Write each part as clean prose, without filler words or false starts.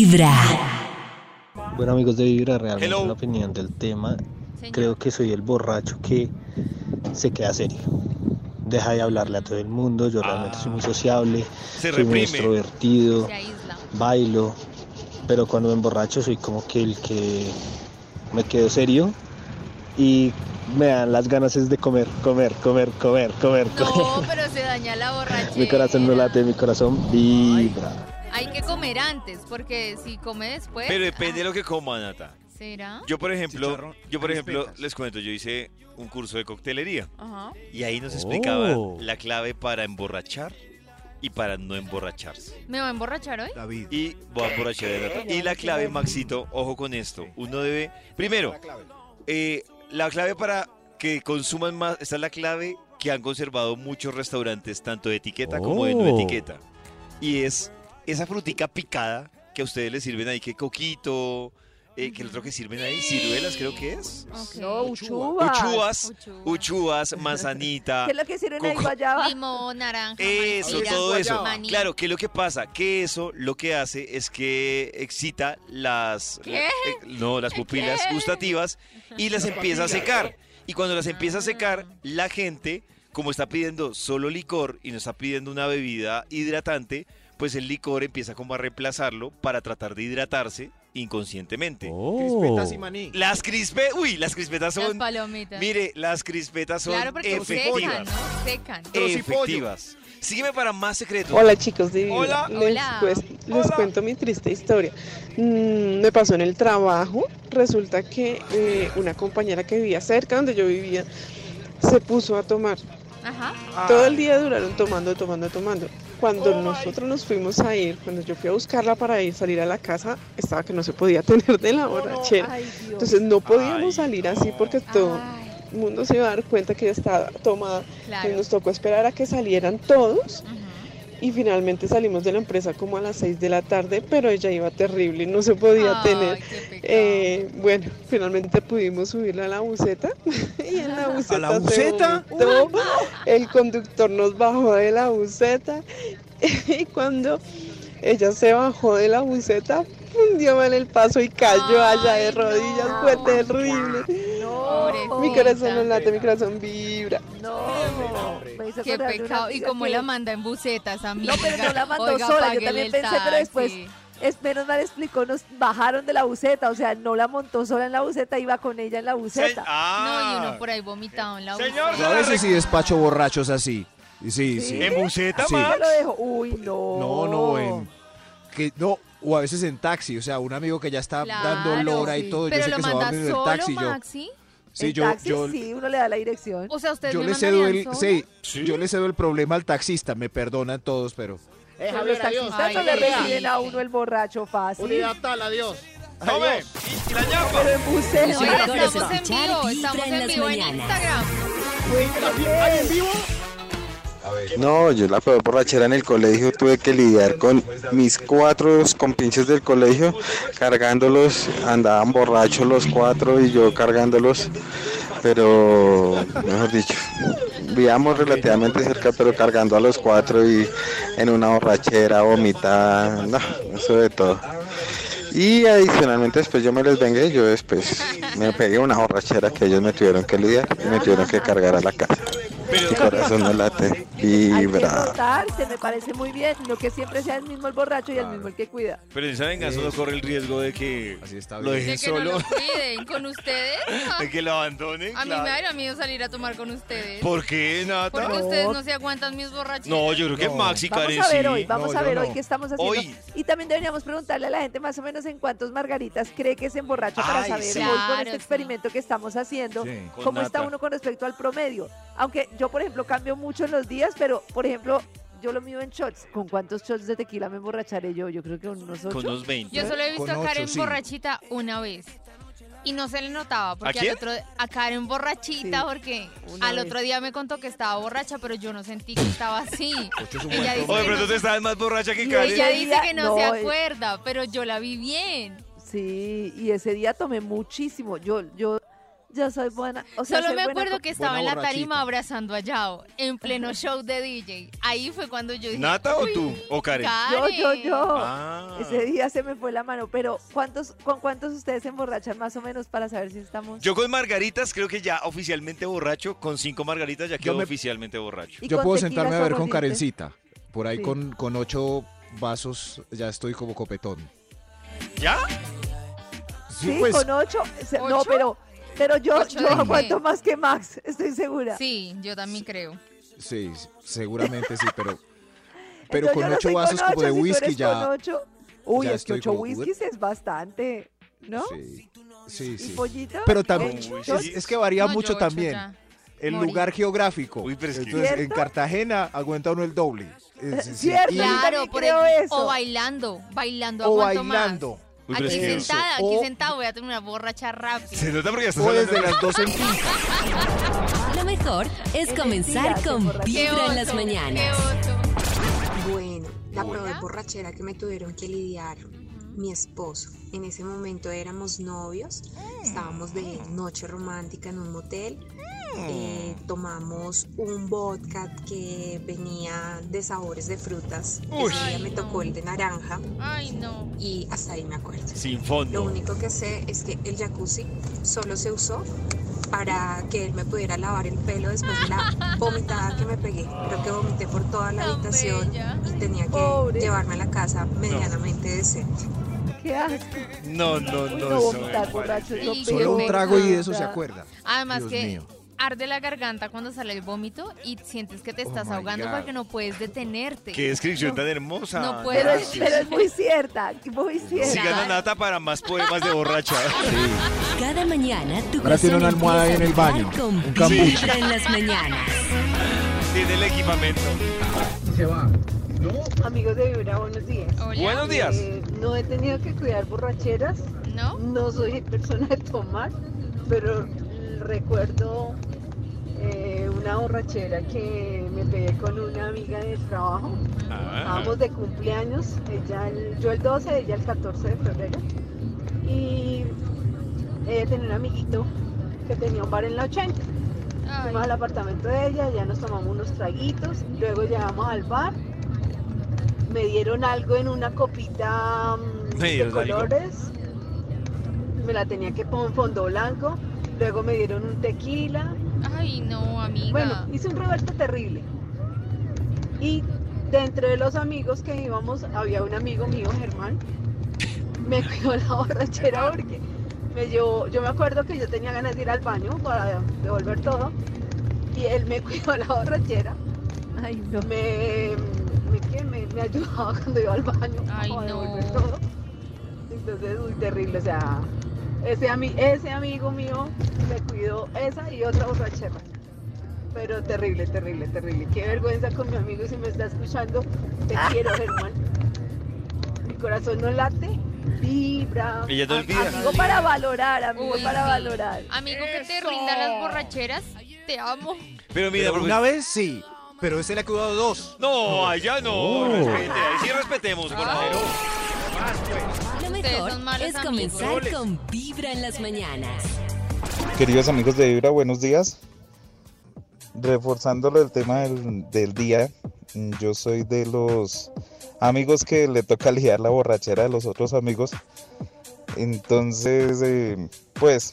Vibra. Bueno, amigos de Vibra, realmente Hello. la opinión del tema, Señor. creo que soy el borracho que se queda serio. Deja de hablarle a todo el mundo, yo realmente soy muy sociable, Se soy muy reprime. extrovertido, Se aísla. bailo, pero cuando me emborracho soy como que el que me quedo serio y me dan las ganas es de comer. No, pero se daña la borrachera. Mi corazón no late, mi corazón vibra. Hay que comer antes, porque si come después... Pero depende de lo que coma, Nata. ¿Será? Yo, por ejemplo, crispetas. les cuento, yo hice un curso de coctelería Ajá. y ahí nos explicaban la clave para emborrachar y para no emborracharse. ¿Me va a emborrachar hoy? David. Y voy a emborrachar de Nata. Y la clave, Maxito, ojo con esto. Uno debe, primero, la clave para que consuman más, esta es la clave que han conservado muchos restaurantes, tanto de etiqueta como de no etiqueta. Y es esa frutica picada que a ustedes les sirven ahí, que coquito, que el otro que sirven ahí, ciruelas creo que es. Ok. No, uchuvas. Uchuvas, manzanita. ¿Qué es lo que sirven ahí, coco- guayaba? Limón, naranja, Eso, manzana, todo eso. maní. Claro, ¿qué es lo que pasa? Que eso lo que hace es que excita las, ¿Qué? las pupilas ¿Qué? gustativas y las empieza a secar. Y cuando las empieza a secar, la gente, como está pidiendo solo licor y no está pidiendo una bebida hidratante, pues el licor empieza como a reemplazarlo para tratar de hidratarse inconscientemente. Crispetas y maní. Las crispetas Las son... palomitas. Mire, las crispetas son Claro, porque efectivas. secan, ¿no? Secan. Efectivas. Sígueme para más secretos. Hola chicos de Vibra. Hola. Hola. Les cuento mi triste historia. Me pasó en el trabajo. Resulta que una compañera que vivía cerca donde yo vivía se puso a tomar. Ajá. Todo el día duraron tomando. Cuando nosotros nos fuimos a ir, cuando yo fui a buscarla para salir a la casa, estaba que no se podía tener de la borrachera. Ay, Dios. Entonces no podíamos Ay, salir no. así porque todo Ay, el mundo se iba a dar cuenta que ella estaba tomada. Entonces claro. nos tocó esperar a que salieran todos. Ujú. Y finalmente salimos de la empresa como a las 6 de la tarde, pero ella iba terrible, no se podía Ay, tener. qué pecado. Bueno, finalmente pudimos subirla a la buseta y en la buseta, ¿A la buseta? se vomitó. El conductor nos bajó de la buseta y cuando ella se bajó de la buseta, dio mal el paso y cayó allá de Ay, rodillas, no. fue terrible. No, Mi corazón no late, mi corazón vibra. no. Me hizo Qué acordar de una pecado. Y amiga como que- la manda en bucetas, amiga. No, pero no la mandó Oiga, sola. Yo páguele también el pensé, pero después, taxi. menos mal explicó, nos bajaron de la buseta. O sea, no la montó sola en la buseta, iba con ella en la buseta. No, y uno por ahí vomitado en la Señor, buceta. Yo a veces sí despacho borrachos así. Sí, sí. ¿En buceta, Sí. ¿Quién Max? lo dejó? Uy, no. No, o a veces en taxi, o sea, un amigo que ya está Claro, dando lora sí. y todo, Pero yo sé lo que se va a manda dormir en el solo, taxi, Maxi. sí, En taxi, sí, uno le da la dirección. O sea, ustedes yo me le cedo mandarían el, solo. sí, yo le cedo el problema al taxista, me perdonan todos, pero Pero los taxistas Ay, no le qué reciben a rico. uno el borracho fácil. Unidad tal, adiós. ¡Tome! ¡Y la ñapa! Pero en buceta. Oiga, Mejor es estamos en escuchar vivo, Vibra estamos en en las vivo en mañanas. Instagram. ¿Hay en vivo? No, yo la peor borrachera en el colegio tuve que lidiar con mis 4 compinches del colegio, cargándolos, andaban borrachos los 4 y yo cargándolos, pero mejor dicho, vivíamos relativamente cerca, pero cargando a los 4 y en una borrachera, vomitada, no, eso de todo. Y adicionalmente después yo me les vengué, yo después me pegué una borrachera que ellos me tuvieron que lidiar y me tuvieron que cargar a la casa. Mi corazón no late, Hay que vibra. notarse, me parece muy bien. No que siempre sea el mismo el borracho y el mismo el que cuida. Pero en esa venganza uno corre el riesgo de que así está lo bien. De dejen que no solo, lo cuiden con ustedes. de que lo abandonen. A mí claro. me daría miedo salir a tomar con ustedes. ¿Por qué, Nata? Porque No. ustedes no se aguantan mis borracheras. No, yo creo que No. Maxi, Vamos Karen, a ver sí. hoy, vamos No, a yo ver hoy no. qué estamos haciendo. Hoy. Y también deberíamos preguntarle a la gente más o menos en cuántos margaritas cree que se emborracha para Ay, saber sí. hoy con Claro, este sí. experimento que estamos haciendo Sí. Con cómo está Nata. uno con respecto al promedio. Aunque yo, por ejemplo, cambio mucho en los días, pero, por ejemplo, yo lo mido en shots. ¿Con cuántos shots de tequila me emborracharé yo? Yo creo que unos 8. Con unos 20. Yo solo he visto Con a Karen ocho, sí. borrachita una vez. Y no se le notaba, porque ¿A quién? al otro a Karen borrachita, Sí, porque una al vez. otro día me contó que estaba borracha, pero yo no sentí que estaba así. Ocho es un Ella buen dice Oye, que pero no, tú te estabas más borracha que Y Karen. ella Ese dice día, que no se no, acuerda, pero yo la vi bien. Sí, y ese día tomé muchísimo. Yo Yo soy buena. O sea, Solo soy me buena acuerdo con- que estaba en la borrachita. tarima abrazando a Yao en pleno show de DJ. Ahí fue cuando yo dije. ¿Nata o "Uy, tú? ¿O Karen? Yo. Ah. Ese día se me fue la mano. Pero ¿con cuántos ustedes se emborrachan más o menos para saber si estamos? Yo con margaritas creo que ya oficialmente borracho. Con 5 margaritas ya Yo quedo me- oficialmente borracho. ¿Y Yo con puedo tequila sentarme a ver con somos dientes? Karencita. Por ahí Sí. con 8 vasos ya estoy como copetón. ¿Ya? Sí, pues, con 8. No, ¿Ocho? pero yo ¿Ocho de qué? aguanto más que Max, estoy segura. Sí, yo también creo. sí, seguramente sí, pero Entonces, con yo no 8 soy con vasos como ocho, de si tú whisky eres ya. con ocho. Uy, ya es que estoy 8 como, whiskies es bastante, ¿no? Sí, sí, ¿Y sí. pollito? Pero también Uy, Yo- sí. es que varía No, mucho yo ocho también. ya. El Morí. lugar geográfico. Uy, pero es que- Entonces, en ¿Cierto? Cartagena aguanta uno el doble. Cierto. Y- Yo Claro, también por creo el- eso. o bailando o aguanto bailando. Uy, más. pero es Aquí que- Eso. sentada, aquí O- sentada voy a tener una borracha rápida. Se nota porque ya estás O hablando desde de- las 2 en finca. Lo mejor es En comenzar mentiras, con emborrachar. Vibra en las Qué mañanas. oso. Bueno, la Hola. peor borrachera que me tuvieron que lidiar, mi esposo. En ese momento éramos novios, estábamos de noche romántica en un motel, tomamos un vodka que venía de sabores de frutas, Uy. ese día me tocó el de naranja Ay, no. y hasta ahí me acuerdo. Sin Lo fondo. único que sé es que el jacuzzi solo se usó para que él me pudiera lavar el pelo después de la vomitada que me pegué. Creo que vomité por toda la Tan habitación bella. y tenía que Pobre. llevarme a la casa medianamente decente. Qué asco. No, no, Uy, no. no, eso vomitar me borracho es lo Y peor. Solo un me trago y de eso se encanta. acuerda. Además Dios que mío. arde la garganta cuando sale el vómito y sientes que te Oh estás my ahogando God. porque no puedes detenerte. Qué descripción tan hermosa. No puedo. Pero es muy cierta, muy cierta. Sigan a Nata para más poemas de borracha. Cada mañana tu Ahora tiene corazón una almohada ahí en el empieza a baño, vibrar con un cambuche. Vibra en las mañanas. Tiene el equipamiento. Amigos de Vibra, buenos días. Hola. Buenos días. No he tenido que cuidar borracheras, ¿No? no soy persona de tomar, pero recuerdo una borrachera que me pegué con una amiga del trabajo. Ah. Estábamos de cumpleaños, yo el 12, ella el 14 de febrero. Y ella tenía un amiguito que tenía un bar en la 80. Ay. Fuimos al apartamento de ella, ya nos tomamos unos traguitos, luego llegamos al bar, me dieron algo en una copita ¿Me de dieron algo? colores, me la tenía que poner en fondo blanco, luego me dieron un tequila, Ay, no, amiga. bueno, hice un revuelto terrible. Y dentro de los amigos que íbamos, había un amigo mío, Germán, me cuidó la borrachera porque yo me acuerdo que yo tenía ganas de ir al baño para devolver todo y él me cuidó la borrachera, Ay, no. me ayudaba cuando iba al baño Ay, a no. devolver todo. Entonces, muy terrible, o sea, ese amigo mío me cuidó esa y otra borrachera. Pero terrible, terrible, terrible. Qué vergüenza con mi amigo si me está escuchando. Te quiero, Germán. Mi corazón no late, vibra. Ella te olvida. Amigo para valorar, amigo Uy, para sí. valorar. Amigo que te rinda las borracheras, te amo. Pero mira, Pero una vez sí, pero ese le ha cuidado 2. No, allá no. Oh. Respete. Ahí sí respetemos, por favor. Lo Ustedes mejor son malos es amigos. comenzar con Vibra en las mañanas. Queridos amigos de Vibra, buenos días. Reforzándolo el tema del día, yo soy de los amigos que le toca lidiar la borrachera de los otros amigos. Entonces, pues,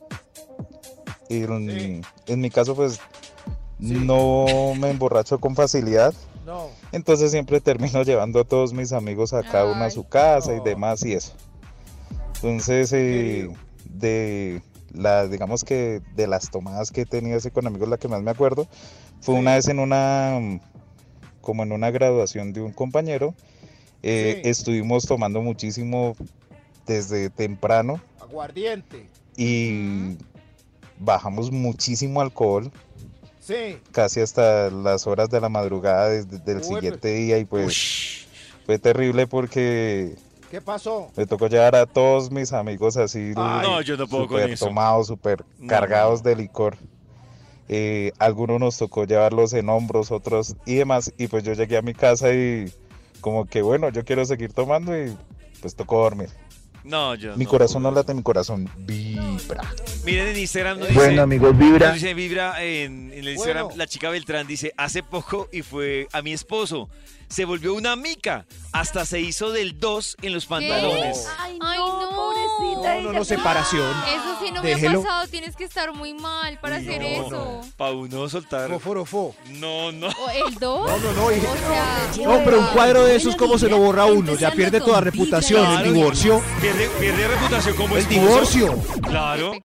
en mi caso, pues, no me emborracho con facilidad. No. Entonces siempre termino llevando a todos mis amigos a cada uno a su casa y no. demás y eso. Entonces, digamos que de las tomadas que he tenido así con amigos, la que más me acuerdo fue una vez como en una graduación de un compañero. Estuvimos tomando muchísimo desde temprano Aguardiente. y bajamos muchísimo alcohol, Sí. casi hasta las horas de la madrugada del Uy, siguiente día, y pues fue terrible porque ¿Qué pasó? me tocó llevar a todos mis amigos así No, yo no puedo con súper eso. tomados, súper No, cargados no. de licor. Algunos nos tocó llevarlos en hombros, otros y demás, y pues yo llegué a mi casa y como que bueno, yo quiero seguir tomando y pues tocó dormir. No, yo Mi no. corazón no late, mi corazón vibra. Miren en Instagram nos dice... Bueno, amigos, vibra. nos dice Vibra en el Instagram, Bueno. la chica Beltrán dice, hace poco y fue a mi esposo. Se volvió una mica. Hasta se hizo del 2 en los pantalones. Ay, Ay, no, no. pobrecita. No, ella. separación. Eso sí no me Déjelo. ha pasado. Tienes que estar muy mal para hacer eso. Para uno soltar. Fofo. No. ¿O el 2? No, hija. O sea, No, pero un cuadro de esos, ¿cómo se lo borra uno? Ya pierde toda reputación. El Claro, divorcio. Pierde reputación como El esposo. divorcio. Claro.